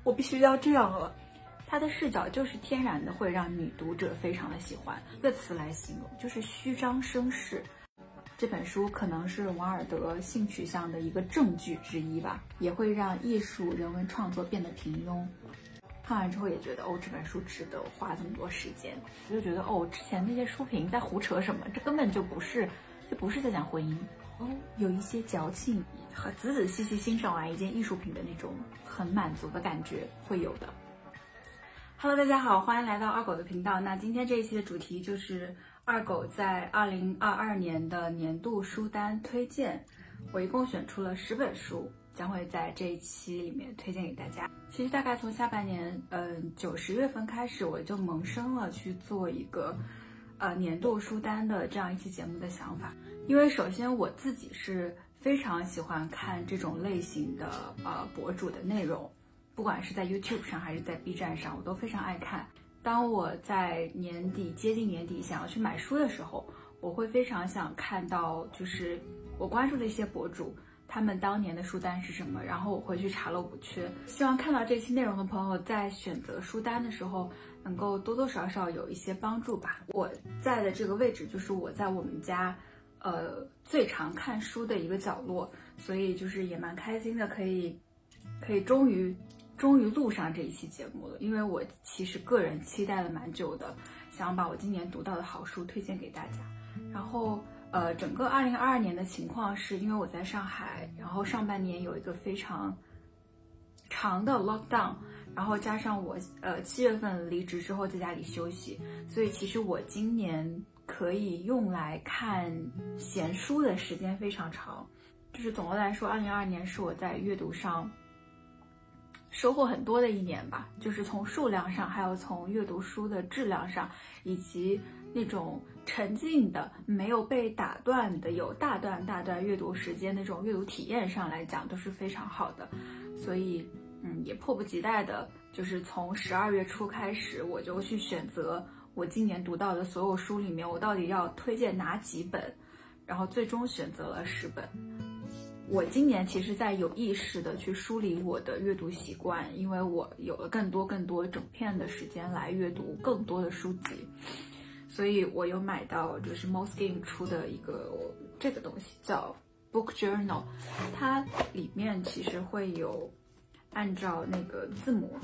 我必须要这样了。他的视角就是天然的会让女读者非常的喜欢，一个词来形容就是虚张声势。这本书可能是王尔德性取向的一个证据之一吧，也会让艺术人文创作变得平庸。看完之后也觉得这本书值得我花这么多时间。我就觉得之前那些书评在胡扯什么，这根本就不是在讲婚姻。有一些矫情和仔仔细细欣赏完一件艺术品的那种很满足的感觉会有的。Hello， 大家好，欢迎来到二狗的频道。那今天这一期的主题就是二狗在2022年的年度书单推荐。我一共选出了10本书，将会在这一期里面推荐给大家。其实大概从下半年9、10月份开始，我就萌生了去做一个年度书单的这样一期节目的想法。因为首先我自己是非常喜欢看这种类型的博主的内容，不管是在 YouTube 上还是在 B 站上，我都非常爱看。当我在接近年底想要去买书的时候，我会非常想看到就是我关注的一些博主他们当年的书单是什么，然后我会去查漏补缺。希望看到这期内容的朋友在选择书单的时候能够多多少少有一些帮助吧。我在的这个位置就是我在我们家最常看书的一个角落，所以就是也蛮开心的，可以终于录上这一期节目了。因为我其实个人期待了蛮久的，想把我今年读到的好书推荐给大家。然后整个2022年的情况是因为我在上海，然后上半年有一个非常长的 lockdown， 然后加上我7月份离职之后在家里休息，所以其实我今年可以用来看闲书的时间非常长。就是总的来说2022年是我在阅读上收获很多的一年吧，就是从数量上，还有从阅读书的质量上，以及那种沉浸的没有被打断的有大段阅读时间那种阅读体验上来讲都是非常好的。所以也迫不及待的就是从12月初开始，我就去选择我今年读到的所有书里面我到底要推荐哪几本，然后最终选择了10本。我今年其实在有意识的去梳理我的阅读习惯，因为我有了更多整片的时间来阅读更多的书籍，所以我有买到就是 Moleskine 出的一个这个东西叫 Book Journal， 它里面其实会有按照那个字母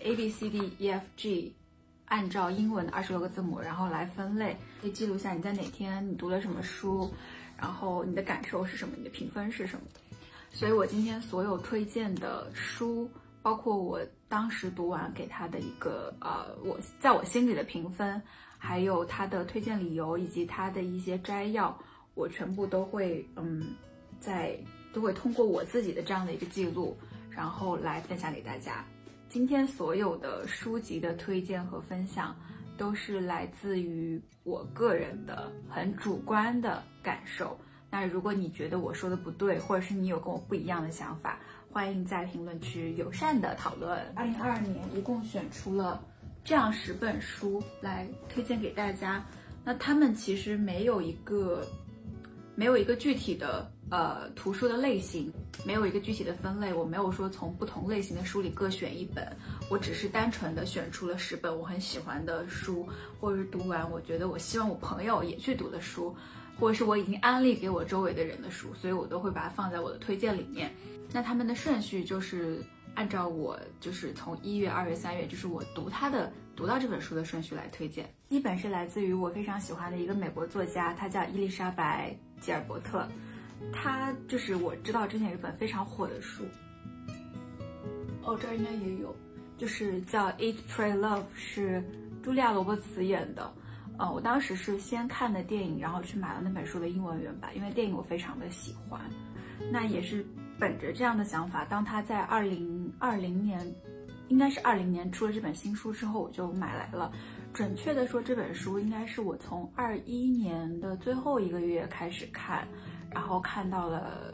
ABCDEFG， 按照英文的26个字母然后来分类，可以记录下你在哪天你读了什么书，然后你的感受是什么，你的评分是什么。所以我今天所有推荐的书，包括我当时读完给他的一个我在我心里的评分，还有他的推荐理由以及他的一些摘要，我全部都会都会通过我自己的这样的一个记录，然后来分享给大家。今天所有的书籍的推荐和分享都是来自于我个人的很主观的感受。那如果你觉得我说的不对，或者是你有跟我不一样的想法，欢迎在评论区友善的讨论。2022年一共选出了这样10本书来推荐给大家。那他们其实没有一个具体的图书的类型，没有一个具体的分类，我没有说从不同类型的书里各选一本，我只是单纯的选出了10本我很喜欢的书，或者是读完我觉得我希望我朋友也去读的书，或者是我已经安利给我周围的人的书，所以我都会把它放在我的推荐里面。那他们的顺序就是按照我就是从1月、2月、3月，就是我读到这本书的顺序来推荐。一本是来自于我非常喜欢的一个美国作家，他叫伊丽莎白·吉尔伯特。他就是我知道之前有一本非常火的书，这儿应该也有，就是叫 Eat, Pray, Love， 是茱莉亚·罗伯茨演的。我当时是先看的电影，然后去买了那本书的英文原版，因为电影我非常的喜欢。那也是本着这样的想法，当他在2020年，应该是20年出了这本新书之后，我就买来了。准确的说，这本书应该是我从21年的最后1个月开始看，然后看到了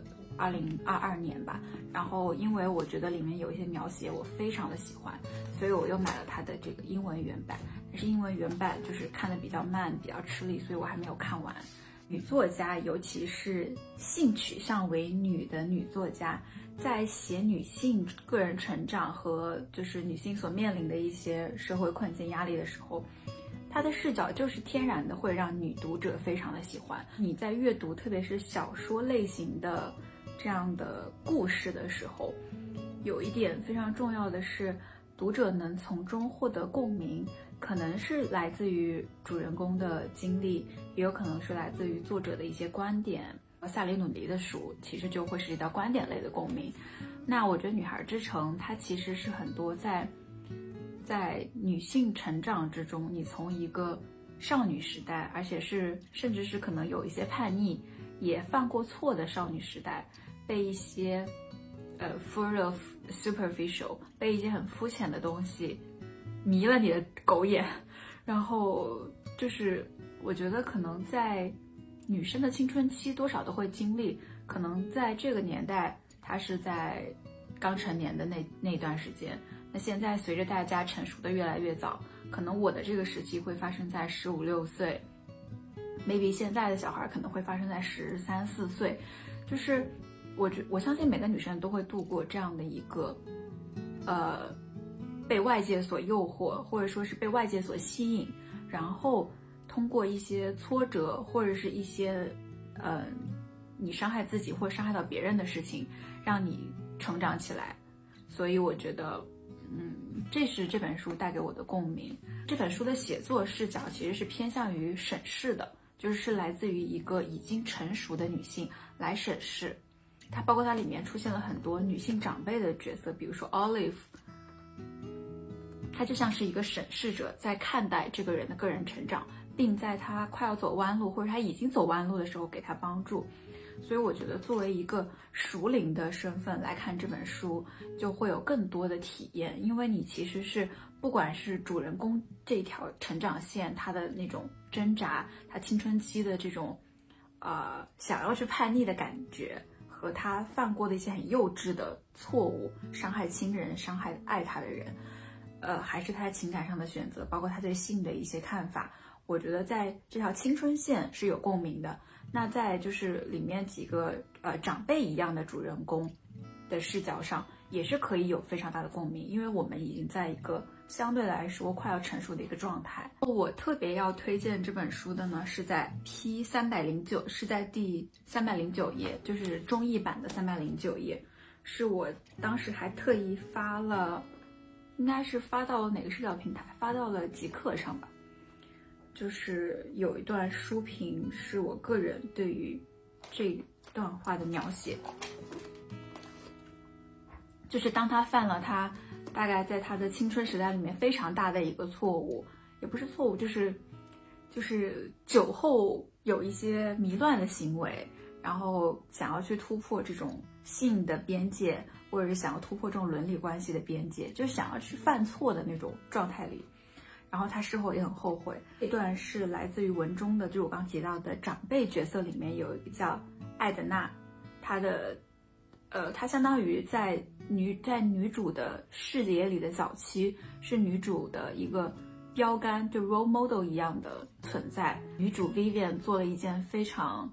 2022年吧。然后因为我觉得里面有一些描写我非常的喜欢，所以我又买了它的这个英文原版。但是英文原版就是看的比较慢，比较吃力，所以我还没有看完。 女作家，尤其是性取向为女的女作家，在写女性个人成长和就是女性所面临的一些社会困境压力的时候，她的视角就是天然的会让女读者非常的喜欢。你在阅读特别是小说类型的这样的故事的时候，有一点非常重要的是，读者能从中获得共鸣，可能是来自于主人公的经历，也有可能是来自于作者的一些观点。萨里努迪的书其实就会涉及到观点类的共鸣。那我觉得《女孩之城》它其实是很多在女性成长之中，你从一个少女时代，而且是甚至是可能有一些叛逆，也犯过错的少女时代，被一些full of superficial， 被一些很肤浅的东西迷了你的狗眼，然后就是我觉得可能在女生的青春期多少都会经历，可能在这个年代她是在刚成年的那段时间，那现在随着大家成熟的越来越早，可能我的这个时期会发生在15、16岁 ，maybe 现在的小孩可能会发生在13、14岁，就是我相信每个女生都会度过这样的一个被外界所诱惑，或者说是被外界所吸引，然后通过一些挫折或者是一些你伤害自己或伤害到别人的事情，让你成长起来。所以我觉得这是这本书带给我的共鸣。这本书的写作视角其实是偏向于审视的，就是来自于一个已经成熟的女性来审视。它包括它里面出现了很多女性长辈的角色，比如说 Olive， 她就像是一个审视者，在看待这个人的个人成长，并在他快要走弯路或者他已经走弯路的时候给他帮助。所以我觉得作为一个熟龄的身份来看这本书，就会有更多的体验，因为你其实是不管是主人公这条成长线，他的那种挣扎，他青春期的这种想要去叛逆的感觉，和他犯过的一些很幼稚的错误，伤害亲人，伤害爱他的人，还是他在情感上的选择，包括他对性的一些看法，我觉得在这条青春线是有共鸣的。那在就是里面几个长辈一样的主人公的视角上，也是可以有非常大的共鸣，因为我们已经在一个相对来说快要成熟的一个状态。我特别要推荐这本书的呢，是在 P309， 是在第309页，就是中译版的309页，是我当时还特意发了，应该是发到了哪个社交平台，发到了极客上吧。就是有一段书评是我个人对于这段话的描写，就是当他犯了他大概在他的青春时代里面非常大的一个错误，也不是错误，就是酒后有一些迷乱的行为，然后想要去突破这种性的边界，或者是想要突破这种伦理关系的边界，就想要去犯错的那种状态里。然后他事后也很后悔。这段是来自于文中的，就我刚提到的长辈角色里面有一个叫艾德娜，她相当于在女主的视野里的早期是女主的一个标杆，就 role model 一样的存在。女主 Vivian 做了一件非常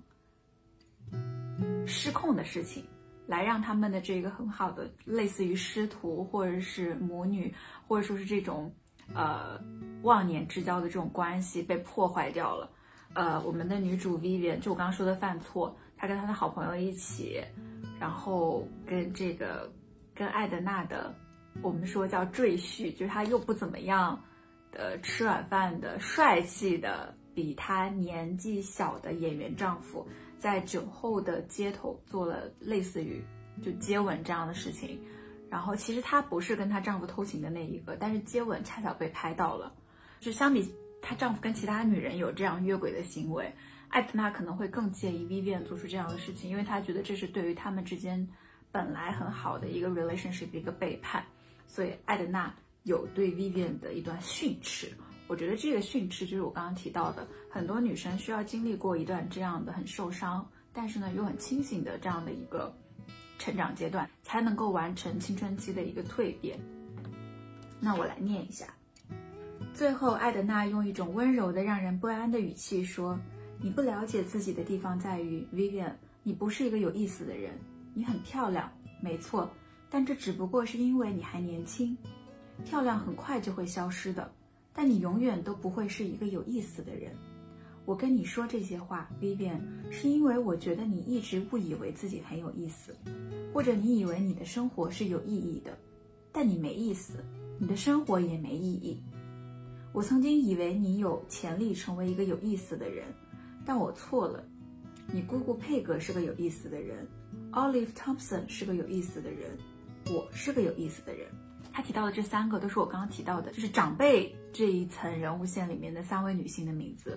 失控的事情，来让他们的这个很好的类似于师徒或者是母女，或者说是这种忘年之交的这种关系被破坏掉了。我们的女主 Vivian 就我刚刚说的犯错，她跟她的好朋友一起，然后跟艾德娜的我们说叫赘婿，就是她又不怎么样的吃软饭的帅气的比她年纪小的演员丈夫，在酒后的街头做了类似于就接吻这样的事情。然后其实她不是跟她丈夫偷情的那一个，但是接吻恰巧被拍到了。就相比她丈夫跟其他女人有这样越轨的行为，艾德娜可能会更介意 Vivian 做出这样的事情，因为她觉得这是对于他们之间本来很好的一个 relationship 的一个背叛。所以艾德娜有对 Vivian 的一段训斥。我觉得这个训斥就是我刚刚提到的，很多女生需要经历过一段这样的很受伤，但是呢又很清醒的这样的一个成长阶段，才能够完成青春期的一个蜕变。那我来念一下。最后艾德娜用一种温柔的让人不安的语气说， 你不了解自己的地方在于 Vivian， 你不是一个有意思的人，你很漂亮，没错，但这只不过是因为你还年轻，漂亮很快就会消失的，但你永远都不会是一个有意思的人。我跟你说这些话 Vivian， 是因为我觉得你一直误以为自己很有意思，或者你以为你的生活是有意义的，但你没意思，你的生活也没意义。我曾经以为你有潜力成为一个有意思的人，但我错了。你姑姑佩格是个有意思的人， Olive Thompson 是个有意思的人，我是个有意思的人。他提到的这3个都是我刚刚提到的，就是长辈这一层人物线里面的3位女性的名字。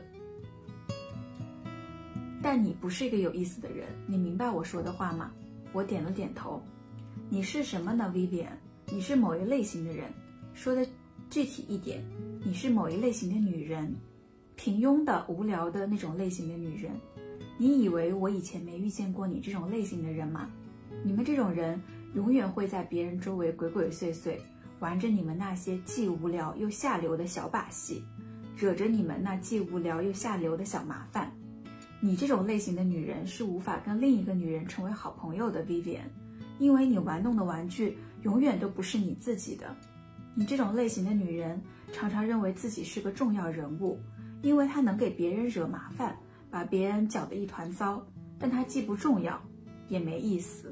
但你不是一个有意思的人，你明白我说的话吗？我点了点头。你是什么呢 Vivian？ 你是某一类型的人，说的具体一点，你是某一类型的女人，平庸的无聊的那种类型的女人。你以为我以前没遇见过你这种类型的人吗？你们这种人永远会在别人周围鬼鬼祟祟，玩着你们那些既无聊又下流的小把戏，惹着你们那既无聊又下流的小麻烦。你这种类型的女人是无法跟另一个女人成为好朋友的 Vivian， 因为你玩弄的玩具永远都不是你自己的。你这种类型的女人常常认为自己是个重要人物，因为她能给别人惹麻烦，把别人搅得一团糟，但她既不重要，也没意思。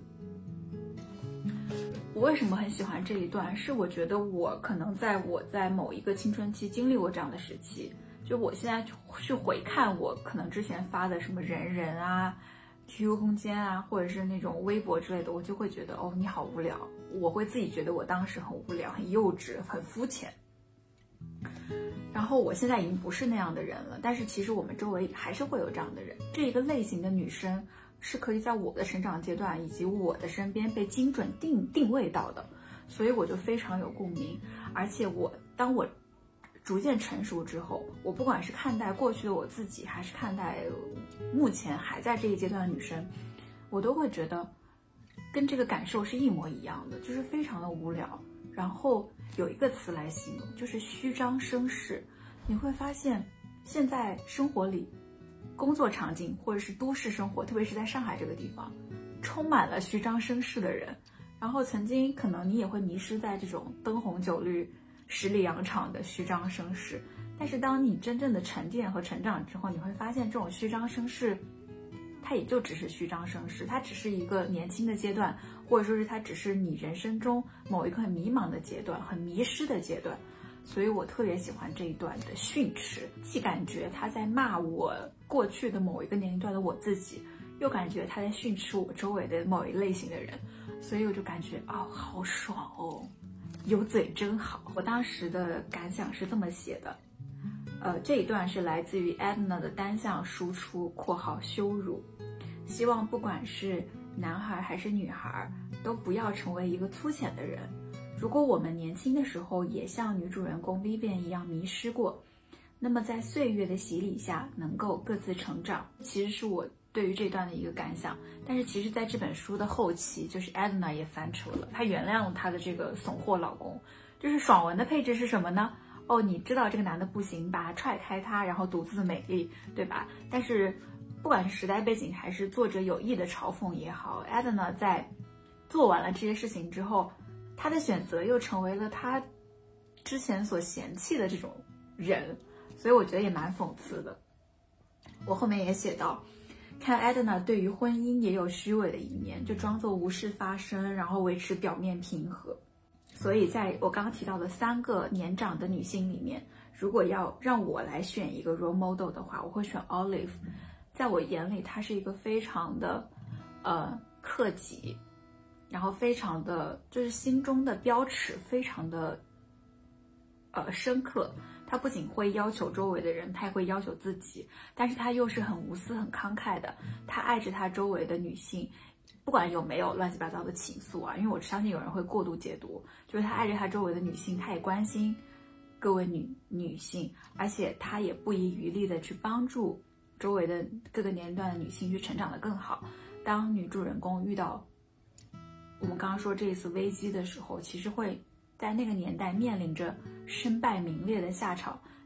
我为什么很喜欢这一段？是我觉得我可能在某一个青春期经历过这样的时期，就我现在去回看我可能之前发的什么人人啊、QQ 空间啊，或者是那种微博之类的，我就会觉得哦，你好无聊。我会自己觉得我当时很无聊、很幼稚、很肤浅。然后我现在已经不是那样的人了，但是其实我们周围还是会有这样的人。这一个类型的女生是可以在我的成长阶段以及我的身边被精准定位到的，所以我就非常有共鸣。而且当我逐渐成熟之后，我不管是看待过去的我自己，还是看待目前还在这一阶段的女生，我都会觉得跟这个感受是一模一样的，就是非常的无聊。然后有一个词来形容，就是虚张声势。你会发现现在生活里，工作场景或者是都市生活，特别是在上海这个地方，充满了虚张声势的人。然后曾经可能你也会迷失在这种灯红酒绿、十里洋场的虚张声势，但是当你真正的沉淀和成长之后，你会发现这种虚张声势它也就只是虚张声势，它只是一个年轻的阶段，或者说是它只是你人生中某一个很迷茫的阶段，很迷失的阶段。所以我特别喜欢这一段的训斥，既感觉他在骂我过去的某一个年龄段的我自己，又感觉他在训斥我周围的某一类型的人，所以我就感觉好爽哦，有嘴真好。我当时的感想是这么写的，这一段是来自于 Edna 的单向输出（括号羞辱），希望不管是男孩还是女孩，都不要成为一个粗浅的人。如果我们年轻的时候也像女主人公 Vivian 一样迷失过，那么在岁月的洗礼下能够各自成长，其实是我对于这段的一个感想。但是其实在这本书的后期，就是 Edna 也翻车了，她原谅了她的这个怂货老公。就是爽文的配置是什么呢？哦，你知道这个男的不行，把他踹开他，然后独自美丽，对吧？但是不管是时代背景还是作者有意的嘲讽也好， Edna 在做完了这些事情之后，他的选择又成为了他之前所嫌弃的这种人，所以我觉得也蛮讽刺的。我后面也写到，看 Edna 对于婚姻也有虚伪的一面，就装作无事发生，然后维持表面平和。所以在我刚刚提到的3个年长的女性里面，如果要让我来选一个 role model 的话，我会选 Olive。在我眼里，她是一个非常的克己，然后非常的就是心中的标尺非常的深刻。他不仅会要求周围的人，他也会要求自己，但是他又是很无私很慷慨的。他爱着他周围的女性，不管有没有乱七八糟的情愫啊，因为我相信有人会过度解读，就是他爱着他周围的女性，他也关心各位女性，而且他也不遗余力的去帮助周围的各个年龄段的女性去成长得更好。当女主人公遇到我们刚刚说这一次危机的时候，其实会在那个年代面临着身败名裂的下场，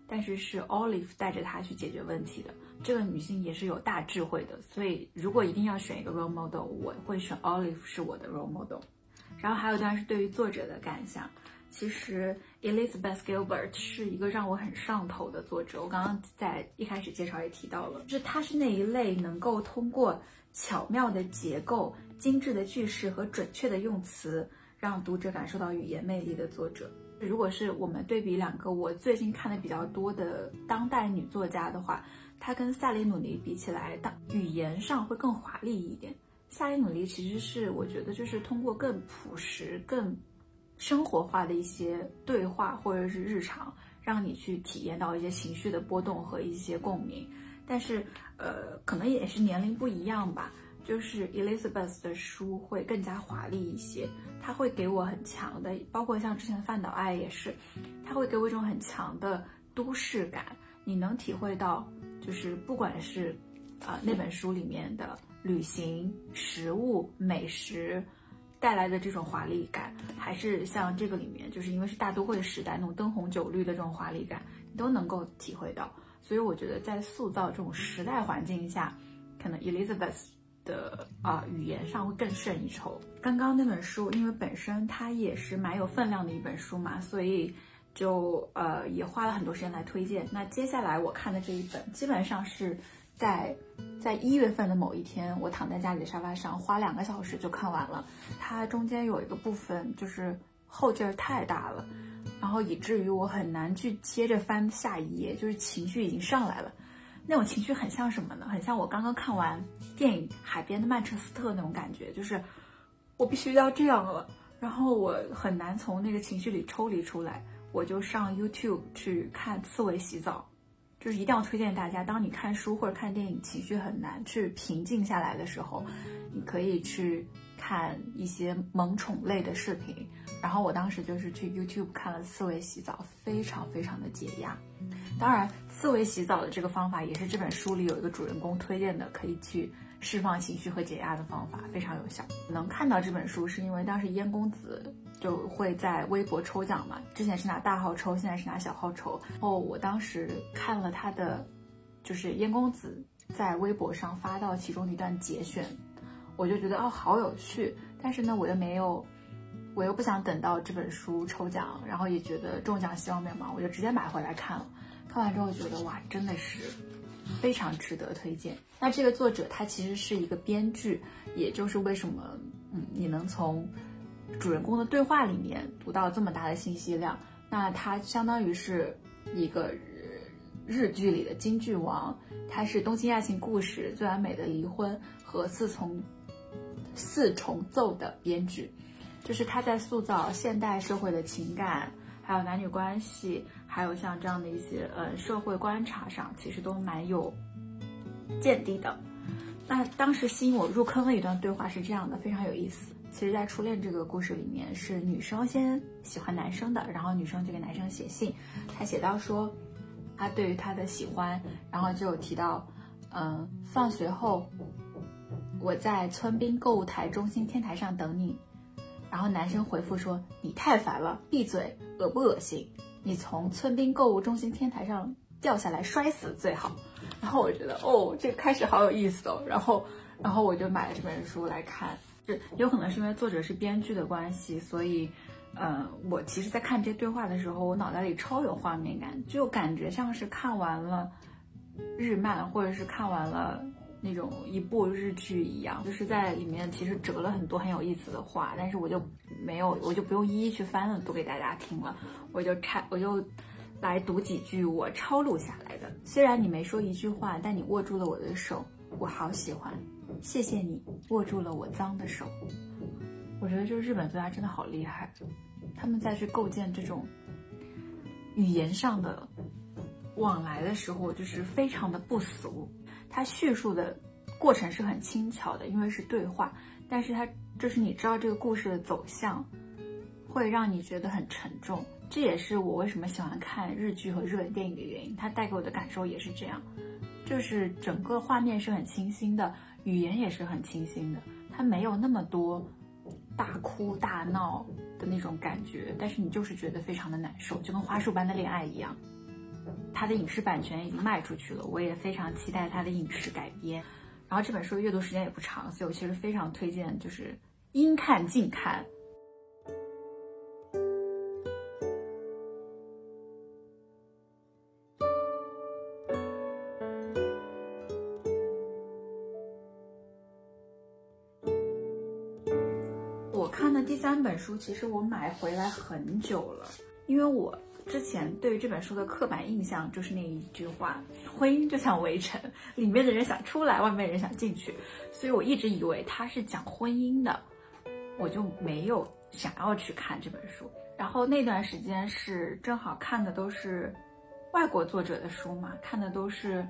但是是 Olive 带着她去解决问题的。这个女性也是有大智慧的，所以如果一定要选一个 role model， 我会选 Olive 是我的 role model。然后还有一段是对于作者的感想。其实 Elizabeth Gilbert 是一个让我很上头的作者，我刚刚在一开始介绍也提到了，就是她是那一类能够通过巧妙的结构、精致的句式和准确的用词，让读者感受到语言魅力的作者。如果是我们对比两个我最近看的比较多的当代女作家的话，她跟萨里努尼比起来，语言上会更华丽一点。萨里努尼其实是我觉得就是通过更朴实、更生活化的一些对话或者是日常，让你去体验到一些情绪的波动和一些共鸣。但是可能也是年龄不一样吧，就是 Elizabeth 的书会更加华丽一些，它会给我很强的，包括像之前的饭岛爱也是，它会给我一种很强的都市感。你能体会到，就是不管是那本书里面的旅行、食物、美食带来的这种华丽感，还是像这个里面，就是因为是大都会时代那种灯红酒绿的这种华丽感，你都能够体会到。所以我觉得在塑造这种时代环境下，可能 Elizabeth 的语言上会更胜一筹。刚刚那本书，因为本身它也是蛮有分量的一本书嘛，所以就也花了很多时间来推荐。那接下来我看的这一本，基本上是在1月份的某一天，我躺在家里的沙发上，花2个小时就看完了。它中间有一个部分就是后劲儿太大了，然后以至于我很难去接着翻下一页，就是情绪已经上来了。那种情绪很像什么呢？很像我刚刚看完电影《海边的曼彻斯特》那种感觉，就是我必须要这样了，然后我很难从那个情绪里抽离出来，我就上 YouTube 去看刺猬洗澡。就是一定要推荐大家，当你看书或者看电影情绪很难去平静下来的时候，你可以去看一些萌宠类的视频。然后我当时就是去 YouTube 看了刺猬洗澡，非常非常的解压。当然刺猬洗澡的这个方法也是这本书里有一个主人公推荐的，可以去释放情绪和解压的方法，非常有效。能看到这本书是因为当时燕公子就会在微博抽奖嘛，之前是拿大号抽，现在是拿小号抽。然后我当时看了他的，就是燕公子在微博上发到其中的一段节选，我就觉得好有趣。但是呢，我又不想等到这本书抽奖，然后也觉得中奖希望渺茫，我就直接买回来看了。看完之后觉得哇，真的是非常值得推荐。那这个作者他其实是一个编剧，也就是为什么你能从主人公的对话里面读到这么大的信息量。那他相当于是一个日剧里的金句王，他是《东京爱情故事》《最完美的离婚》和四重奏的编剧，就是他在塑造现代社会的情感，还有男女关系，还有像这样的一些社会观察上，其实都蛮有见地的。那当时吸引我入坑的一段对话是这样的，非常有意思。其实在初恋这个故事里面，是女生先喜欢男生的，然后女生就给男生写信，她写到说她对于他的喜欢，然后就有提到放学后我在村滨购物台中心天台上等你，然后男生回复说你太烦了，闭嘴，恶不恶心？你从村滨购物中心天台上掉下来摔死最好。然后我觉得这个开始好有意思哦，然后我就买了这本书来看。有可能是因为作者是编剧的关系，所以我其实在看这对话的时候，我脑袋里超有画面感，就感觉像是看完了日漫或者是看完了那种一部日剧一样，就是在里面其实折了很多很有意思的话，但是我就不用一一去翻了读给大家听了，我就来读几句我抄录下来的。虽然你没说一句话，但你握住了我的手，我好喜欢，谢谢你握住了我脏的手。我觉得就是日本作家真的好厉害，他们在去构建这种语言上的往来的时候，就是非常的不俗。他叙述的过程是很轻巧的，因为是对话，但是他就是你知道这个故事的走向会让你觉得很沉重。这也是我为什么喜欢看日剧和日本电影的原因，它带给我的感受也是这样，就是整个画面是很清新的，语言也是很清新的，它没有那么多大哭大闹的那种感觉，但是你就是觉得非常的难受，就跟花束般的恋爱一样。 它的影视版权已经卖出去了，我也非常期待它的影视改编。然后这本书的阅读时间也不长，所以我其实非常推荐，就是应看尽看。我看的第3本书，其实我买回来很久了，因为我之前对于这本书的刻板印象就是那一句话：婚姻就像围城，里面的人想出来，外面的人想进去，所以我一直以为它是讲婚姻的，我就没有想要去看这本书。然后那段时间是正好看的都是外国作者的书嘛，看的都是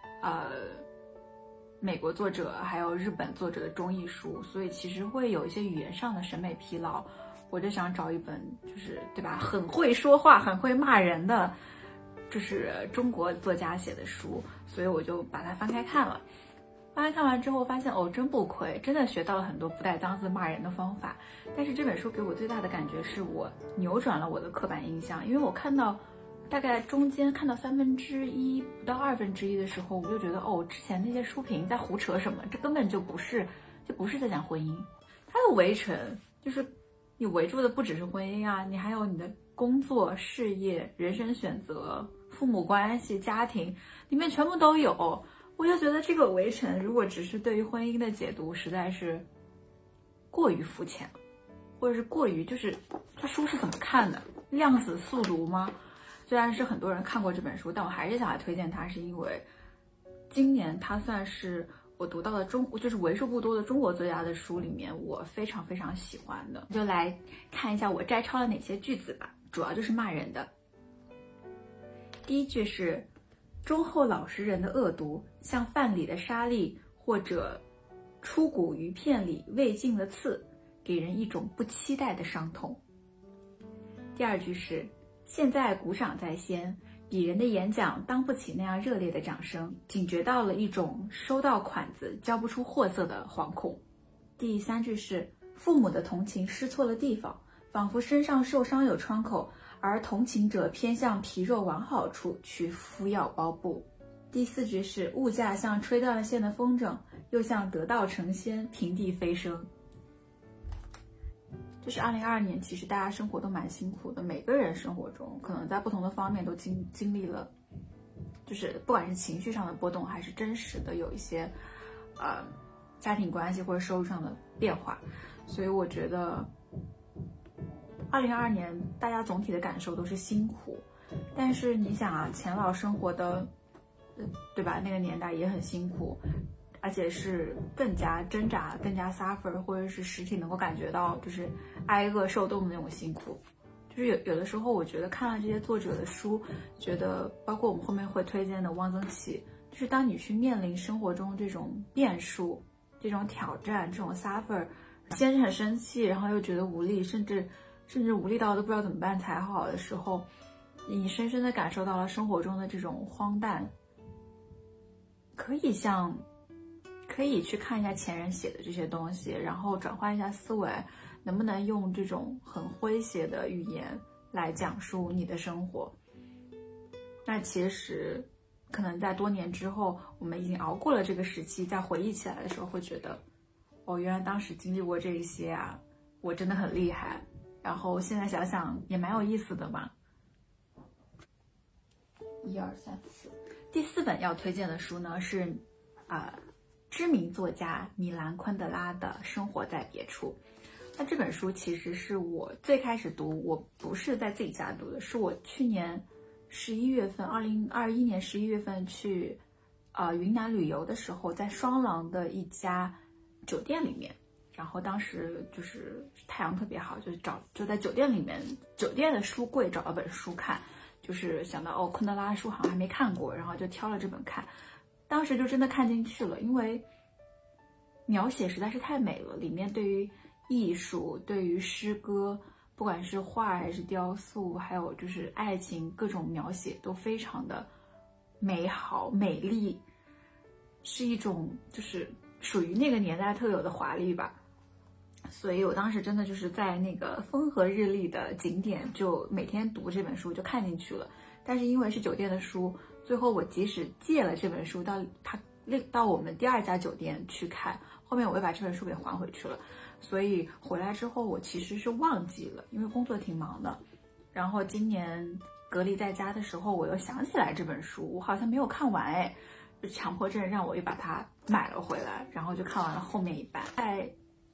美国作者还有日本作者的中译书，所以其实会有一些语言上的审美疲劳。我就想找一本就是对吧，很会说话很会骂人的，就是中国作家写的书，所以我就把它翻开看了。翻开看完之后发现真不亏，真的学到了很多不带脏字骂人的方法。但是这本书给我最大的感觉是我扭转了我的刻板印象，因为我看到大概中间看到1/3不到1/2的时候，我就觉得之前那些书评在胡扯什么，这根本就不是在讲婚姻。它的围城就是你围住的不只是婚姻啊，你还有你的工作、事业、人生选择、父母关系、家庭，里面全部都有。我就觉得这个围城如果只是对于婚姻的解读，实在是过于肤浅，或者是过于就是这书是怎么看的？量子速读吗？虽然是很多人看过这本书，但我还是想来推荐它，是因为今年它算是我读到的就是为数不多的中国作家的书里面，我非常非常喜欢的。就来看一下我摘抄了哪些句子吧，主要就是骂人的。第一句是：忠厚老实人的恶毒，像饭里的沙粒，或者出骨鱼片里未尽的刺，给人一种不期待的伤痛。第二句是：现在鼓掌在先，鄙人的演讲当不起那样热烈的掌声，警觉到了一种收到款子交不出货色的惶恐。第3句是：父母的同情失错了地方，仿佛身上受伤有创口，而同情者偏向皮肉完好处去敷药包布。第4句是：物价像吹断了线的风筝，又像得道成仙平地飞升。就是2022年，其实大家生活都蛮辛苦的，每个人生活中可能在不同的方面都经历了，就是不管是情绪上的波动，还是真实的有一些家庭关系或者收入上的变化。所以我觉得2022年大家总体的感受都是辛苦，但是你想啊，钱老生活的对吧，那个年代也很辛苦，而且是更加挣扎、更加 suffer， 或者是实体能够感觉到就是挨饿受冻的那种辛苦。就是有的时候我觉得看了这些作者的书，觉得包括我们后面会推荐的汪曾祺，就是当你去面临生活中这种变数、这种挑战、这种 suffer， 先是很生气，然后又觉得无力，甚至无力到都不知道怎么办才好的时候，你深深地感受到了生活中的这种荒诞。可以去看一下前人写的这些东西，然后转换一下思维，能不能用这种很诙谐的语言来讲述你的生活。那其实可能在多年之后，我们已经熬过了这个时期，再回忆起来的时候会觉得，原来当时经历过这一些啊，我真的很厉害。然后现在想想也蛮有意思的嘛。1、2、3、4。第4本要推荐的书呢是知名作家米兰昆德拉的《生活在别处》。那这本书其实是我最开始读，我不是在自己家读的，是我去年11月份，2021年11月份去云南旅游的时候，在双廊的一家酒店里面，然后当时就是太阳特别好，就在酒店里面，酒店的书柜找了本书看，就是想到昆德拉的书好像还没看过，然后就挑了这本看。当时就真的看进去了，因为描写实在是太美了，里面对于艺术、对于诗歌，不管是画还是雕塑，还有就是爱情，各种描写都非常的美好美丽，是一种就是属于那个年代特有的华丽吧。 所以我当时真的就是在那个风和日丽的景点，就每天读这本书就看进去了。但是因为是酒店的书，最后我即使借了这本书到我们第2家酒店去看，后面我又把这本书给还回去了。所以回来之后我其实是忘记了，因为工作挺忙的。然后今年隔离在家的时候，我又想起来这本书，我好像没有看完哎，就强迫症让我又把它买了回来，然后就看完了后面一半。在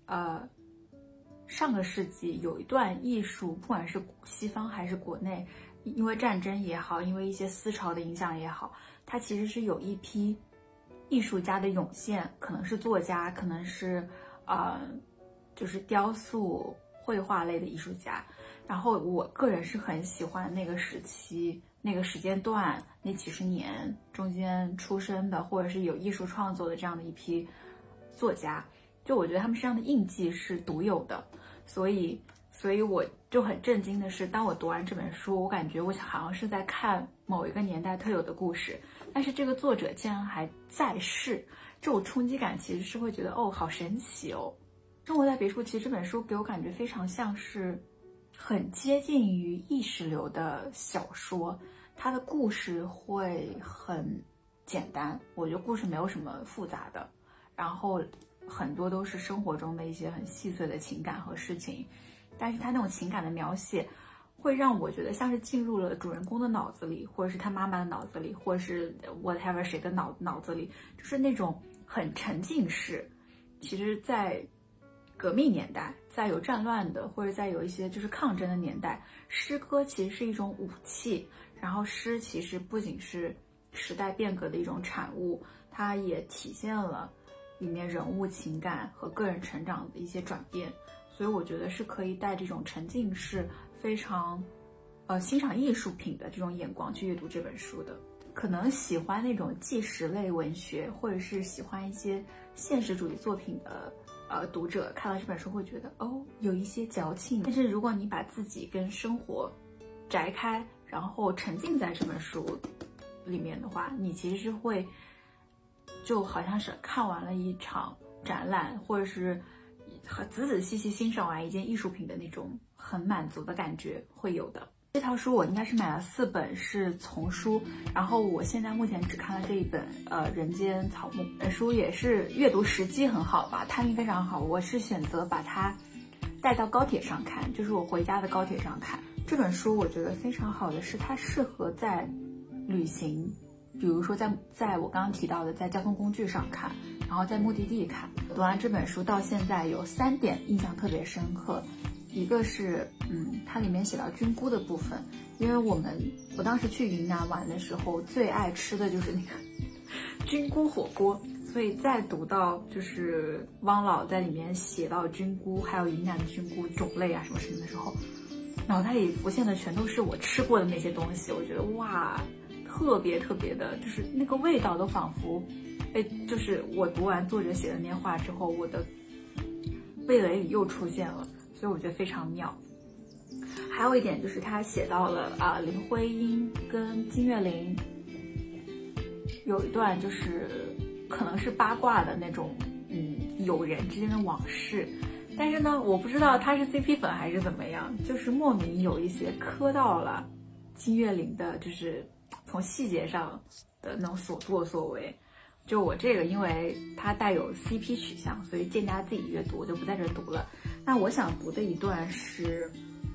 上个世纪有一段艺术，不管是西方还是国内，因为战争也好，因为一些思潮的影响也好，它其实是有一批艺术家的涌现，可能是作家，可能是就是雕塑、绘画类的艺术家。然后我个人是很喜欢那个时期、那个时间段、那几十年中间出生的，或者是有艺术创作的这样的一批作家。就我觉得他们身上的印记是独有的，所以我就很震惊的是，当我读完这本书，我感觉我好像是在看某一个年代特有的故事，但是这个作者竟然还在世，这种冲击感其实是会觉得哦，好神奇哦。生活在别处，其实这本书给我感觉非常像是很接近于意识流的小说，它的故事会很简单，我觉得故事没有什么复杂的，然后很多都是生活中的一些很细碎的情感和事情，但是他那种情感的描写会让我觉得像是进入了主人公的脑子里，或者是他妈妈的脑子里，或者是 whatever 谁的脑子里，就是那种很沉浸式。其实在革命年代，在有战乱的，或者在有一些就是抗争的年代，诗歌其实是一种武器，然后诗其实不仅是时代变革的一种产物，它也体现了里面人物情感和个人成长的一些转变，所以我觉得是可以带这种沉浸式非常欣赏艺术品的这种眼光去阅读这本书的。可能喜欢那种纪实类文学，或者是喜欢一些现实主义作品的读者，看到这本书会觉得哦，有一些矫情。但是如果你把自己跟生活摘开，然后沉浸在这本书里面的话，你其实是会就好像是看完了一场展览，或者是仔仔细细欣赏完一件艺术品的那种很满足的感觉会有的。这套书我应该是买了4本是丛书，然后我现在目前只看了这一本人间草木。本书也是阅读时机很好吧，timing非常好，我是选择把它带到高铁上看，就是我回家的高铁上看。这本书我觉得非常好的是它适合在旅行，比如说在我刚刚提到的在交通工具上看，然后在目的地看。读完这本书到现在有3点印象特别深刻，一个是它里面写到菌菇的部分，因为我当时去云南玩的时候最爱吃的就是那个菌菇火锅，所以再读到就是汪老在里面写到菌菇还有云南的菌菇种类啊什么什么的时候，脑袋里浮现的全都是我吃过的那些东西，我觉得哇，特别特别的，就是那个味道都仿佛就是我读完作者写的那些话之后，我的味蕾里又出现了，所以我觉得非常妙。还有一点就是他写到了林徽因跟金岳霖有一段就是可能是八卦的那种友人之间的往事，但是呢我不知道他是 CP 粉还是怎么样，就是莫名有一些磕到了金岳霖的，就是从细节上的那种所作所为。就我这个因为它带有 CP 取向，所以建议大家自己阅读，我就不在这读了。那我想读的一段是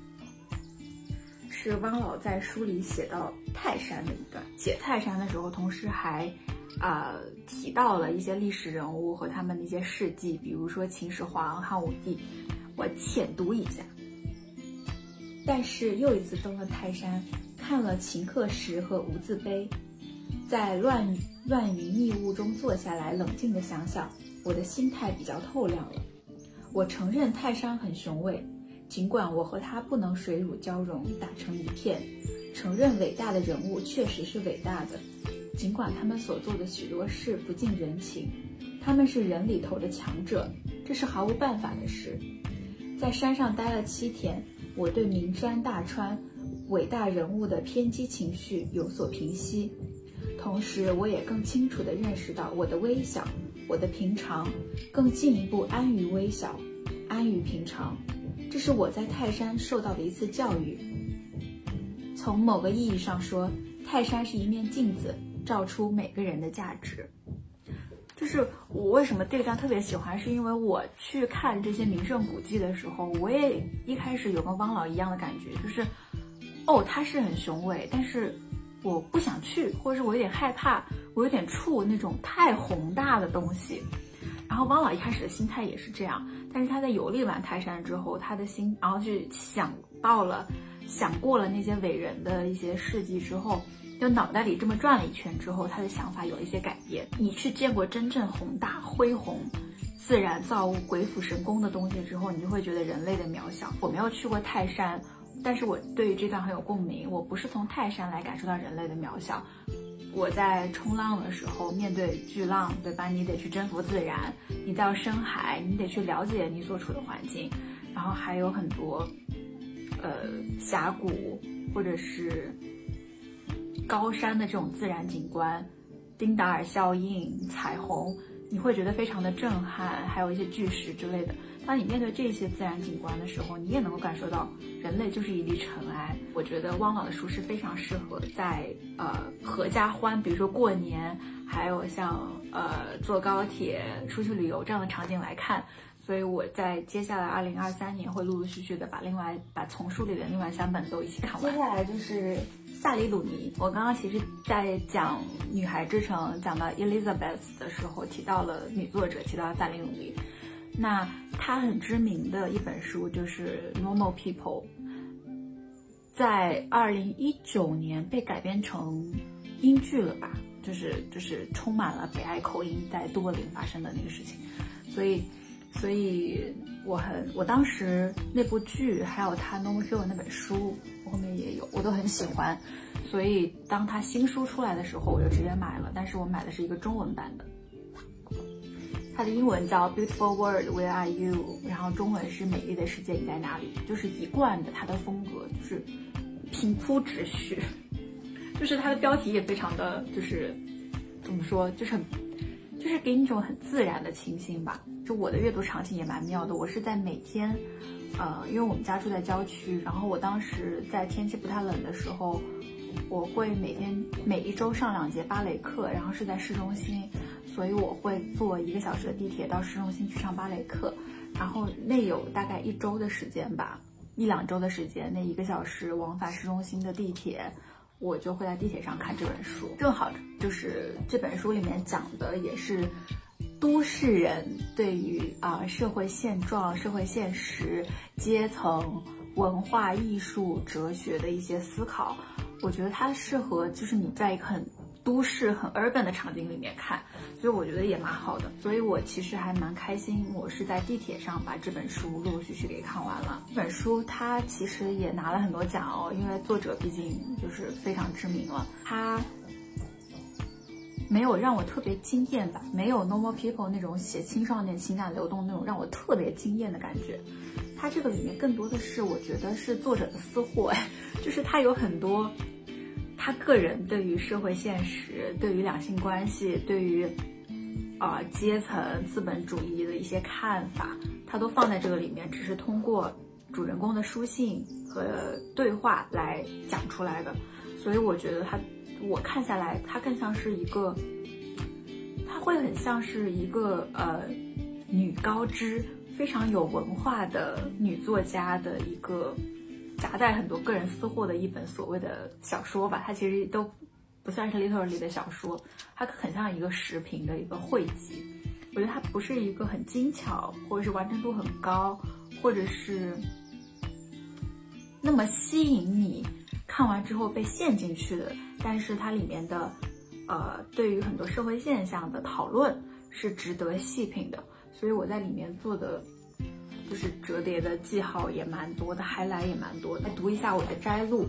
汪老在书里写到泰山的一段，写泰山的时候同时还提到了一些历史人物和他们的一些事迹，比如说秦始皇、汉武帝，我浅读一下。但是又一次登了泰山，看了秦刻石和无字碑，在乱云密雾中坐下来，冷静地想想，我的心态比较透亮了。我承认泰山很雄伟，尽管我和他不能水乳交融，打成一片；承认伟大的人物确实是伟大的，尽管他们所做的许多事不近人情，他们是人里头的强者，这是毫无办法的事。在山上待了7天，我对名山大川、伟大人物的偏激情绪有所平息，同时我也更清楚地认识到我的微小，我的平常，更进一步安于微小，安安于平常，这是我在泰山受到的一次教育。从某个意义上说，泰山是一面镜子，照出每个人的价值。就是我为什么对这样特别喜欢，是因为我去看这些名胜古迹的时候，我也一开始有跟汪老一样的感觉，就是它是很雄伟，但是我不想去，或者是我有点害怕，我有点怵那种太宏大的东西。然后汪老一开始的心态也是这样，但是他在游历完泰山之后，他的心然后去想过了那些伟人的一些事迹之后，就脑袋里这么转了一圈之后，他的想法有了一些改变。你去见过真正宏大恢宏自然造物鬼斧神工的东西之后，你就会觉得人类的渺小。我没有去过泰山，但是我对于这段很有共鸣。我不是从泰山来感受到人类的渺小，我在冲浪的时候面对巨浪，对吧？你得去征服自然，你到深海，你得去了解你所处的环境，然后还有很多峡谷或者是高山的这种自然景观，丁达尔效应、彩虹，你会觉得非常的震撼，还有一些巨石之类的。当你面对这些自然景观的时候，你也能够感受到人类就是一粒尘埃。我觉得汪老的书是非常适合在合家欢，比如说过年，还有像坐高铁出去旅游这样的场景来看。所以我在接下来2023年会陆陆续续的把丛书里的另外3本都一起看完。接下来就是萨里鲁尼。我刚刚其实在讲《女孩之城》讲到 Elizabeth 的时候提到了女作者，提到了萨里鲁尼。那她很知名的一本书就是《Normal People》，在2019年被改编成英剧了吧？就是充满了北爱口音在都柏林发生的那个事情，所以我当时那部剧还有他 Normal People 那本书，我后面也有，我都很喜欢。所以当他新书出来的时候，我就直接买了，但是我买的是一个中文版的。它的英文叫 Beautiful World Where Are You， 然后中文是美丽的世界你在哪里，就是一贯的它的风格就是平铺直叙，就是它的标题也非常的就是怎么说，就是给你一种很自然的清新吧。就我的阅读场景也蛮妙的，我是在每天因为我们家住在郊区，然后我当时在天气不太冷的时候，我会每一周上2节芭蕾课，然后是在市中心，所以我会坐1个小时的地铁到市中心去上芭蕾课，然后那有大概1周的时间吧，1-2周的时间，那1个小时往返市中心的地铁，我就会在地铁上看这本书。正好就是这本书里面讲的也是都市人对于社会现状、社会现实、阶层、文化艺术、哲学的一些思考。我觉得它适合就是你在一个很都市很 urban 的场景里面看，所以我觉得也蛮好的。所以我其实还蛮开心，我是在地铁上把这本书陆陆续续给看完了。这本书它其实也拿了很多奖哦，因为作者毕竟就是非常知名了。它没有让我特别惊艳吧，没有 Normal People 那种写青少年情感流动那种让我特别惊艳的感觉。它这个里面更多的是我觉得是作者的私货，就是他有很多他个人对于社会现实、对于两性关系、对于阶层资本主义的一些看法，他都放在这个里面，只是通过主人公的书信和对话来讲出来的。所以我觉得我看下来，它更像是一个，它会很像是一个女高知、非常有文化的女作家的一个夹带很多个人私货的一本所谓的小说吧。它其实都不算是 literally 的小说，它很像一个时评的一个汇集。我觉得它不是一个很精巧，或者是完成度很高，或者是那么吸引你看完之后被陷进去的，但是它里面的对于很多社会现象的讨论是值得细品的。所以我在里面做的就是折叠的记号也蛮多的，highlight也蛮多的。来读一下我的摘录。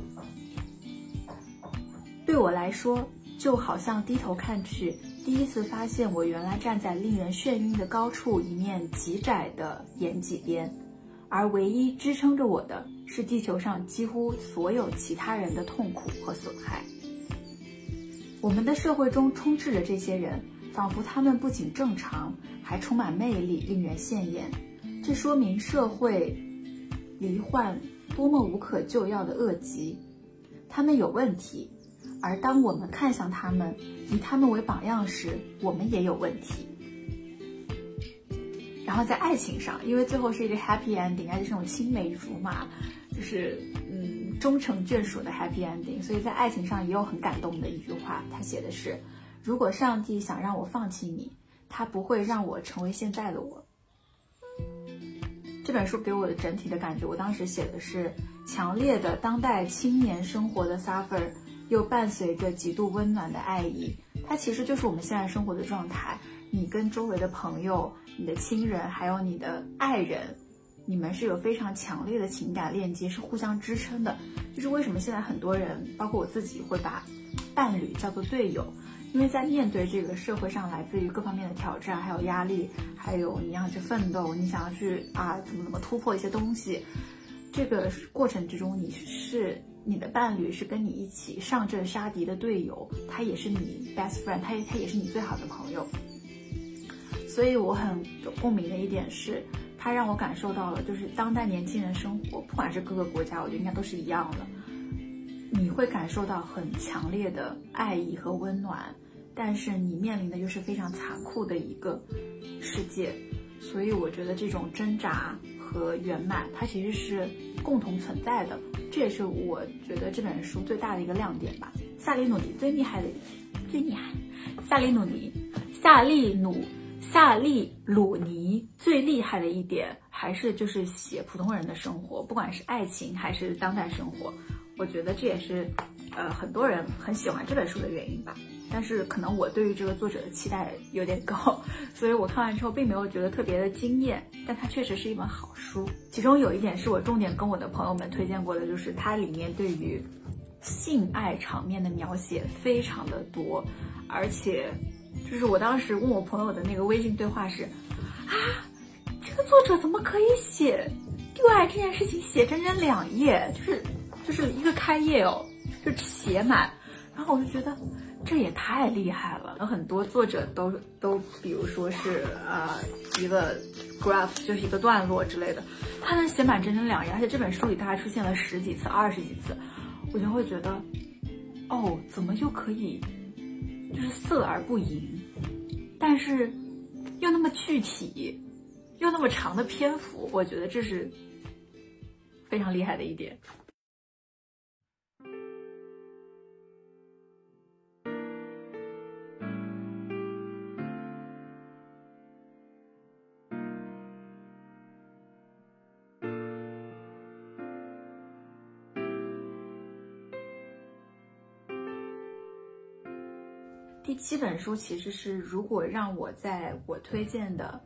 对我来说，就好像低头看去，第一次发现我原来站在令人眩晕的高处一面极窄的岩脊边，而唯一支撑着我的是地球上几乎所有其他人的痛苦和损害。我们的社会中充斥着这些人，仿佛他们不仅正常，还充满魅力，令人羡艳。 这说明社会罹患多么无可救药的恶疾，他们有问题，而当我们看向他们，以他们为榜样时，我们也有问题。然后在爱情上，因为最后是一个 happy ending， 而且这种青梅竹马，就是终成眷属的 happy ending， 所以在爱情上也有很感动的一句话，他写的是：如果上帝想让我放弃你，他不会让我成为现在的我。这本书给我的整体的感觉，我当时写的是强烈的当代青年生活的 suffer， 又伴随着极度温暖的爱意。它其实就是我们现在生活的状态，你跟周围的朋友、你的亲人还有你的爱人，你们是有非常强烈的情感链接，是互相支撑的。就是为什么现在很多人，包括我自己，会把伴侣叫做队友，因为在面对这个社会上来自于各方面的挑战，还有压力，还有你要去奋斗，你想要去怎么突破一些东西，这个过程之中，你的伴侣是跟你一起上阵杀敌的队友，他也是你 best friend， 他也是你最好的朋友。所以我很有共鸣的一点是，它让我感受到了，就是当代年轻人生活，不管是各个国家，我觉得应该都是一样的，你会感受到很强烈的爱意和温暖，但是你面临的又是非常残酷的一个世界。所以我觉得这种挣扎和圆满，它其实是共同存在的，这也是我觉得这本书最大的一个亮点吧。夏利鲁尼最厉害，最厉害的一点，还是就是写普通人的生活，不管是爱情还是当代生活。我觉得这也是很多人很喜欢这本书的原因吧。但是可能我对于这个作者的期待有点高，所以我看完之后并没有觉得特别的惊艳，但它确实是一本好书。其中有一点是我重点跟我的朋友们推荐过的，就是它里面对于性爱场面的描写非常的多，而且就是我当时问我朋友的那个微信对话是这个作者怎么可以写丢爱这件事情写整整2页，就是一个开页就写满，然后我就觉得这也太厉害了。有很多作者都比如说是一个 graph 就是一个段落之类的，他能写满整整2页，而且这本书里大概出现了10几次、20几次，我就会觉得怎么又可以就是色而不淫，但是又那么具体，又那么长的篇幅，我觉得这是非常厉害的一点。第7本书其实是，如果让我在我推荐的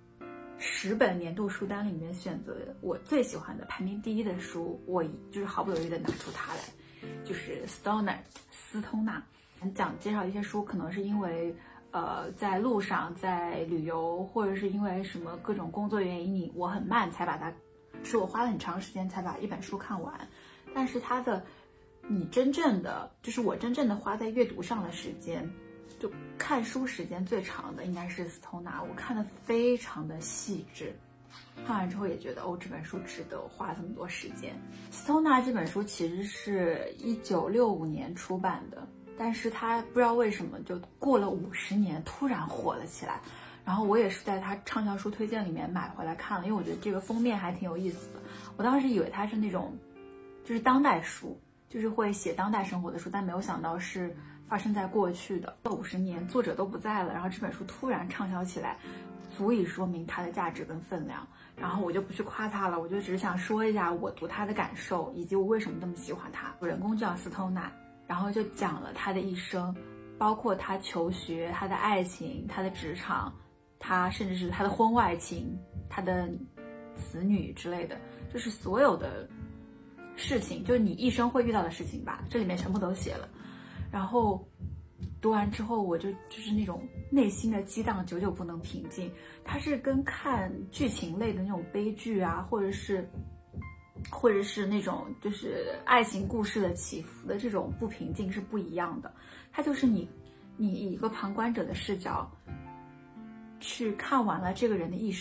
10本年度书单里面选择我最喜欢的排名第1的书，我就是毫不犹豫的拿出它来，就是斯通纳。介绍一些书，可能是因为在路上，在旅游，或者是因为什么各种工作原因，我很慢才把它，是我花了很长时间才把一本书看完。但是它的我真正的花在阅读上的时间，就看书时间最长的应该是斯通纳，我看得非常的细致，看完之后也觉得这本书值得我花这么多时间。斯通纳这本书其实是1965年出版的，但是它不知道为什么就过了50年突然火了起来，然后我也是在它畅销书推荐里面买回来看了，因为我觉得这个封面还挺有意思的。我当时以为它是那种就是当代书，就是会写当代生活的书，但没有想到是发生在过去的。50年作者都不在了，然后这本书突然畅销起来，足以说明它的价值跟分量。然后我就不去夸它了，我就只是想说一下我读它的感受，以及我为什么这么喜欢它。主人公叫斯通纳，然后就讲了他的一生，包括他求学、他的爱情、他的职场，他甚至是他的婚外情、他的子女之类的，就是所有的事情，就是你一生会遇到的事情吧，这里面全部都写了。然后读完之后，我就是那种内心的激荡久久不能平静。它是跟看剧情类的那种悲剧啊，或者是那种就是爱情故事的起伏的这种不平静是不一样的。它就是你以一个旁观者的视角去看完了这个人的一生，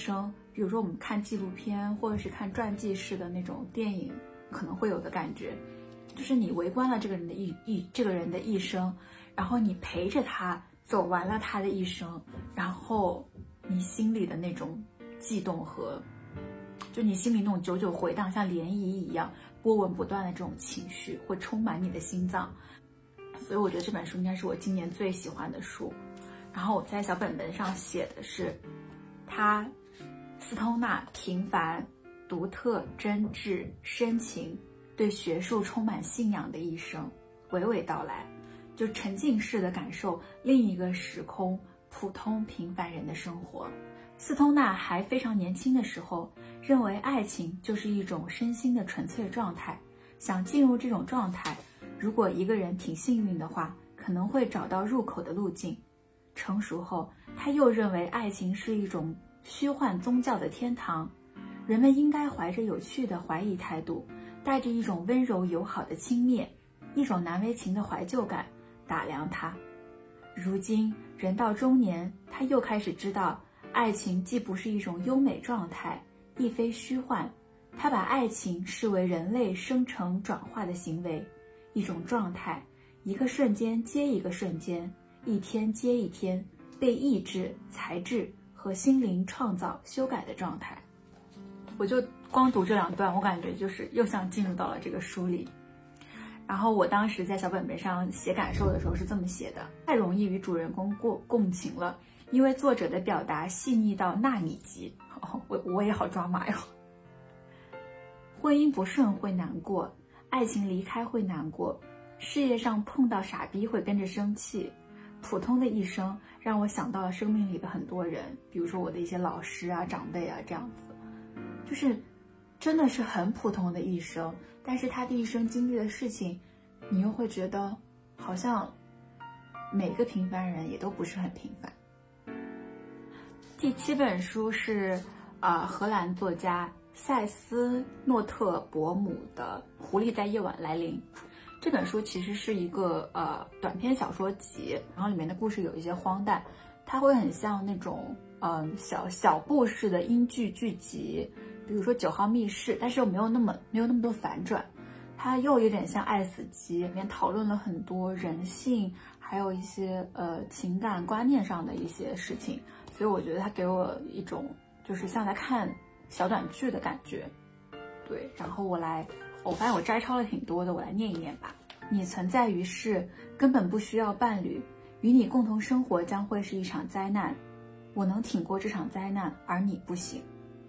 比如说我们看纪录片或者是看传记式的那种电影可能会有的感觉，就是你围观了这个人的一生，然后你陪着他走完了他的一生，然后你心里的那种悸动和就你心里那种久久回荡，像涟漪一样波纹不断的这种情绪会充满你的心脏。所以我觉得这本书应该是我今年最喜欢的书。然后我在小本本上写的是斯通纳平凡、独特、真挚、深情，对学术充满信仰的一生，娓娓道来，就沉浸式的感受另一个时空普通平凡人的生活。斯通纳还非常年轻的时候，认为爱情就是一种身心的纯粹状态，想进入这种状态，如果一个人挺幸运的话，可能会找到入口的路径。成熟后，他又认为爱情是一种虚幻宗教的天堂，人们应该怀着有趣的怀疑态度，带着一种温柔友好的轻蔑，一种难为情的怀旧感打量它。如今人到中年，他又开始知道，爱情既不是一种优美状态，亦非虚幻，他把爱情视为人类生成转化的行为，一种状态，一个瞬间接一个瞬间，一天接一天，被意志、才智和心灵创造修改的状态。我就光读这2段，我感觉就是又像进入到了这个书里。然后我当时在小本本上写感受的时候是这么写的：太容易与主人公共情了，因为作者的表达细腻到纳米级。我也好抓马哟。婚姻不顺会难过，爱情离开会难过，事业上碰到傻逼会跟着生气。普通的一生让我想到了生命里的很多人，比如说我的一些老师啊、长辈啊，这样子，就是真的是很普通的一生，但是他的一生经历的事情，你又会觉得好像每个平凡人也都不是很平凡。第7本书是荷兰作家塞斯诺特伯姆的《狐狸在夜晚来临》。这本书其实是一个短篇小说集，然后里面的故事有一些荒诞，它会很像那种小故事的英剧剧集，比如说9号密室，但是又没有那么多反转。它又有点像爱死机，里面讨论了很多人性，还有一些情感观念上的一些事情，所以我觉得它给我一种就是像在看小短剧的感觉。对，然后我发现我摘抄了挺多的，我来念一念吧。你存在于世，根本不需要伴侣，与你共同生活将会是一场灾难。我能挺过这场灾难，而你不行。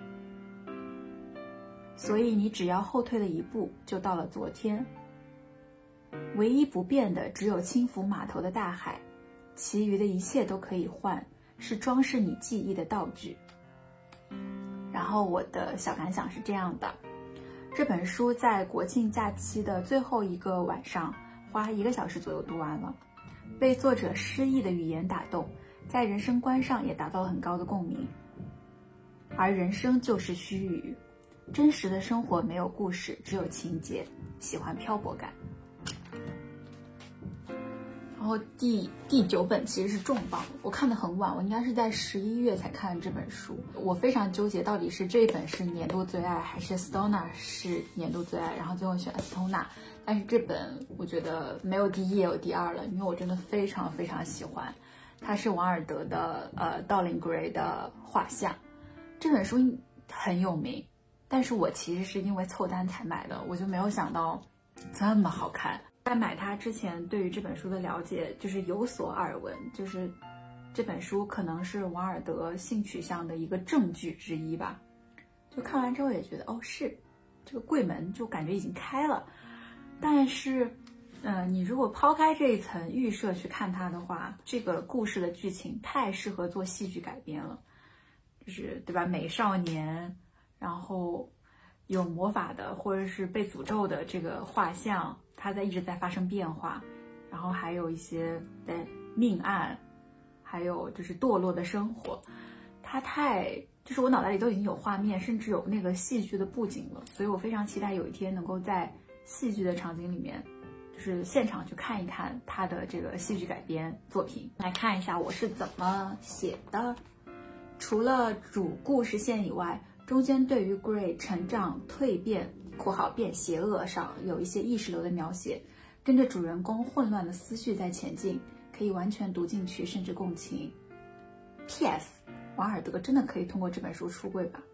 所以你只要后退了一步，就到了昨天。唯一不变的只有轻浮码头的大海，其余的一切都可以换，是装饰你记忆的道具。然后我的小感想是这样的：这本书在国庆假期的最后一个晚上，花1个小时左右读完了，被作者诗意的语言打动，在人生观上也达到了很高的共鸣。而人生就是虚语，真实的生活没有故事，只有情节，喜欢漂泊感。然后第9本其实是重磅，我看得很晚，我应该是在11月才看这本书。我非常纠结，到底是这本是年度最爱，还是斯通纳是年度最爱，然后最后选了斯通纳。但是这本我觉得没有第1也有第2了，因为我真的非常非常喜欢。它是王尔德的道林格雷的画像。这本书很有名，但是我其实是因为凑单才买的，我就没有想到这么好看。在买它之前，对于这本书的了解就是有所耳闻，就是这本书可能是王尔德性取向的一个证据之一吧。就看完之后也觉得，是这个柜门就感觉已经开了。但是你如果抛开这一层预设去看它的话，这个故事的剧情太适合做戏剧改编了，就是对吧？美少年，然后有魔法的或者是被诅咒的这个画像，它一直在发生变化，然后还有一些的命案，还有就是堕落的生活，它就是我脑袋里都已经有画面，甚至有那个戏剧的布景了，所以我非常期待有一天能够在戏剧的场景里面，就是现场去看一看它的这个戏剧改编作品。来看一下我是怎么写的。 除了主故事线以外，中间对于 Grey 成长蜕变（括号变邪恶）上有一些意识流的描写，跟着主人公混乱的思绪在前进，可以完全读进去，甚至共情。P.S. 王尔德真的可以通过这本书出柜吧？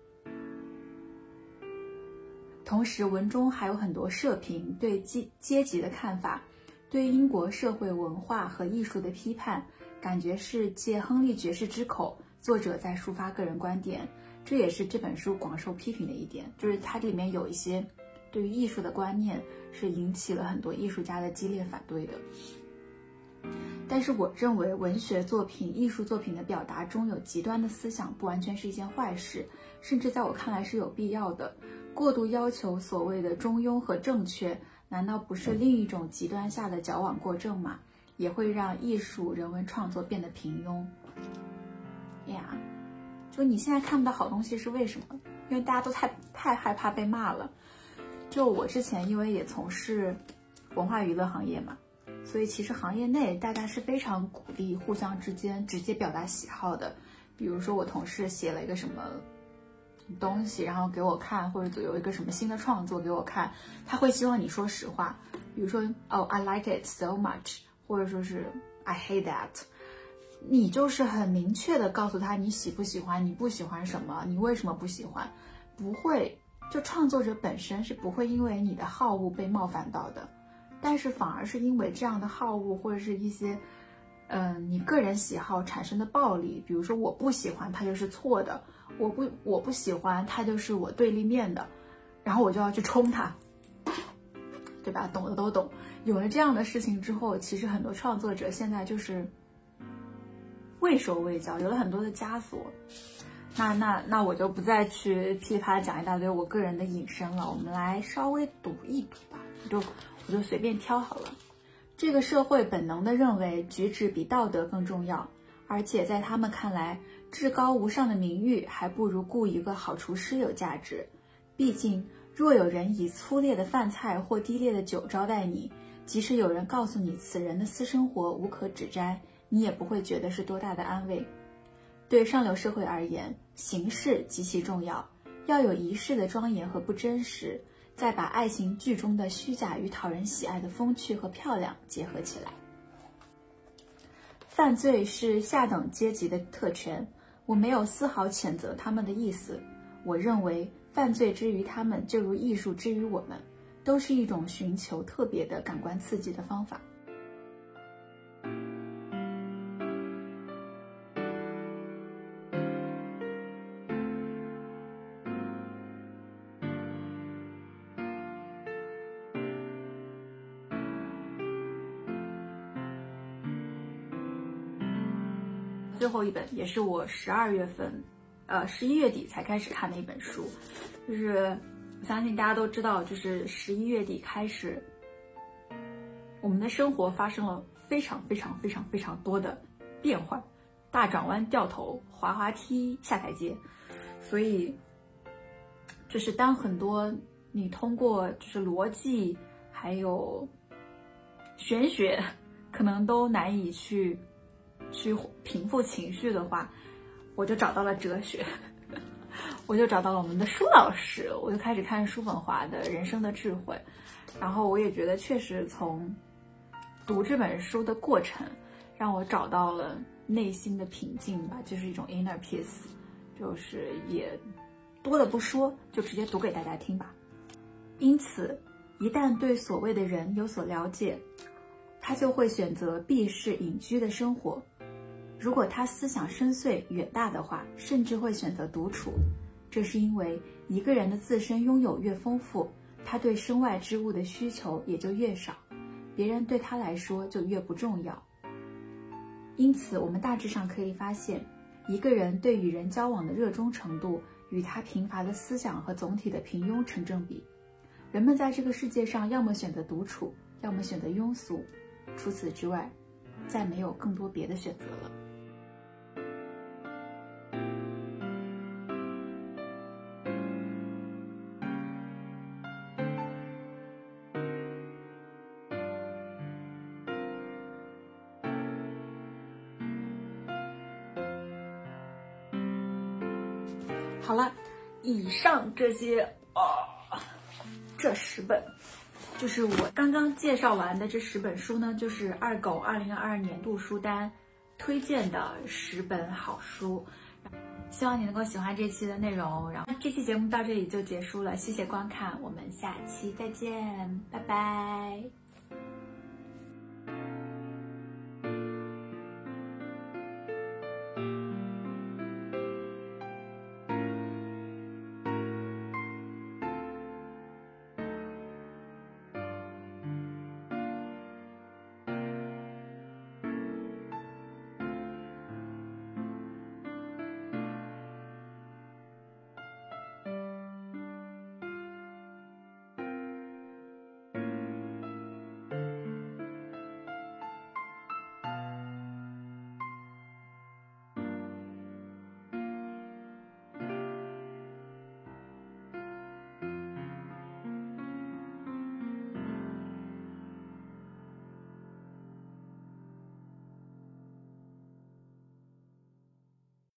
同时，文中还有很多社评对阶级的看法，对英国社会文化和艺术的批判，感觉是借亨利爵士之口，作者在抒发个人观点。这也是这本书广受批评的一点，就是它这里面有一些对于艺术的观念是引起了很多艺术家的激烈反对的。但是我认为文学作品、艺术作品的表达中有极端的思想，不完全是一件坏事，甚至在我看来是有必要的。过度要求所谓的中庸和正确，难道不是另一种极端下的矫枉过正吗？也会让艺术人文创作变得平庸。呀，就你现在看不到好东西是为什么？因为大家都太害怕被骂了。就我之前因为也从事文化娱乐行业嘛，所以其实行业内大家是非常鼓励互相之间直接表达喜好的。比如说我同事写了一个什么东西，然后给我看，或者有一个什么新的创作给我看，他会希望你说实话，比如说I like it so much， 或者说是 I hate that， 你就是很明确的告诉他你喜不喜欢，你不喜欢什么，你为什么不喜欢，不会，就创作者本身是不会因为你的好恶被冒犯到的，但是反而是因为这样的好恶或者是一些你个人喜好产生的暴力，比如说我不喜欢它就是错的，我不喜欢它就是我对立面的，然后我就要去冲它，对吧？懂的都懂。有了这样的事情之后，其实很多创作者现在就是畏手畏脚，有了很多的枷锁。那我就不再去噼啪讲一大堆我个人的引申了，我们来稍微读一读吧，我就随便挑好了。这个社会本能地认为举止比道德更重要，而且在他们看来，至高无上的名誉还不如雇一个好厨师有价值。毕竟，若有人以粗劣的饭菜或低劣的酒招待你，即使有人告诉你此人的私生活无可指摘，你也不会觉得是多大的安慰。对上流社会而言，形式极其重要，要有仪式的庄严和不真实，再把爱情剧中的虚假与讨人喜爱的风趣和漂亮结合起来。犯罪是下等阶级的特权，我没有丝毫谴责他们的意思。我认为犯罪之于他们，就如艺术之于我们，都是一种寻求特别的感官刺激的方法。最后一本也是我11月底才开始看的一本书，就是我相信大家都知道，就是11月底开始，我们的生活发生了非常多的变化，大转弯掉头，滑滑梯下台阶，所以就是当很多你通过就是逻辑还有玄学可能都难以去平复情绪的话，我就找到了哲学，我就找到了我们的舒老师，我就开始看叔本华的人生的智慧，然后我也觉得确实从读这本书的过程让我找到了内心的平静吧，就是一种 inner peace， 就是也多的不说，就直接读给大家听吧。因此一旦对所谓的人有所了解，他就会选择避世隐居的生活，如果他思想深邃远大的话，甚至会选择独处。这是因为一个人的自身拥有越丰富，他对身外之物的需求也就越少，别人对他来说就越不重要。因此我们大致上可以发现，一个人对与人交往的热衷程度与他贫乏的思想和总体的平庸成正比。人们在这个世界上要么选择独处，要么选择庸俗，除此之外再没有更多别的选择了。 好了，以上这些这10本，就是我刚刚介绍完的这10本书呢，就是二狗2022年度书单推荐的10本好书。希望你能够喜欢这期的内容，然后这期节目到这里就结束了，谢谢观看，我们下期再见，拜拜。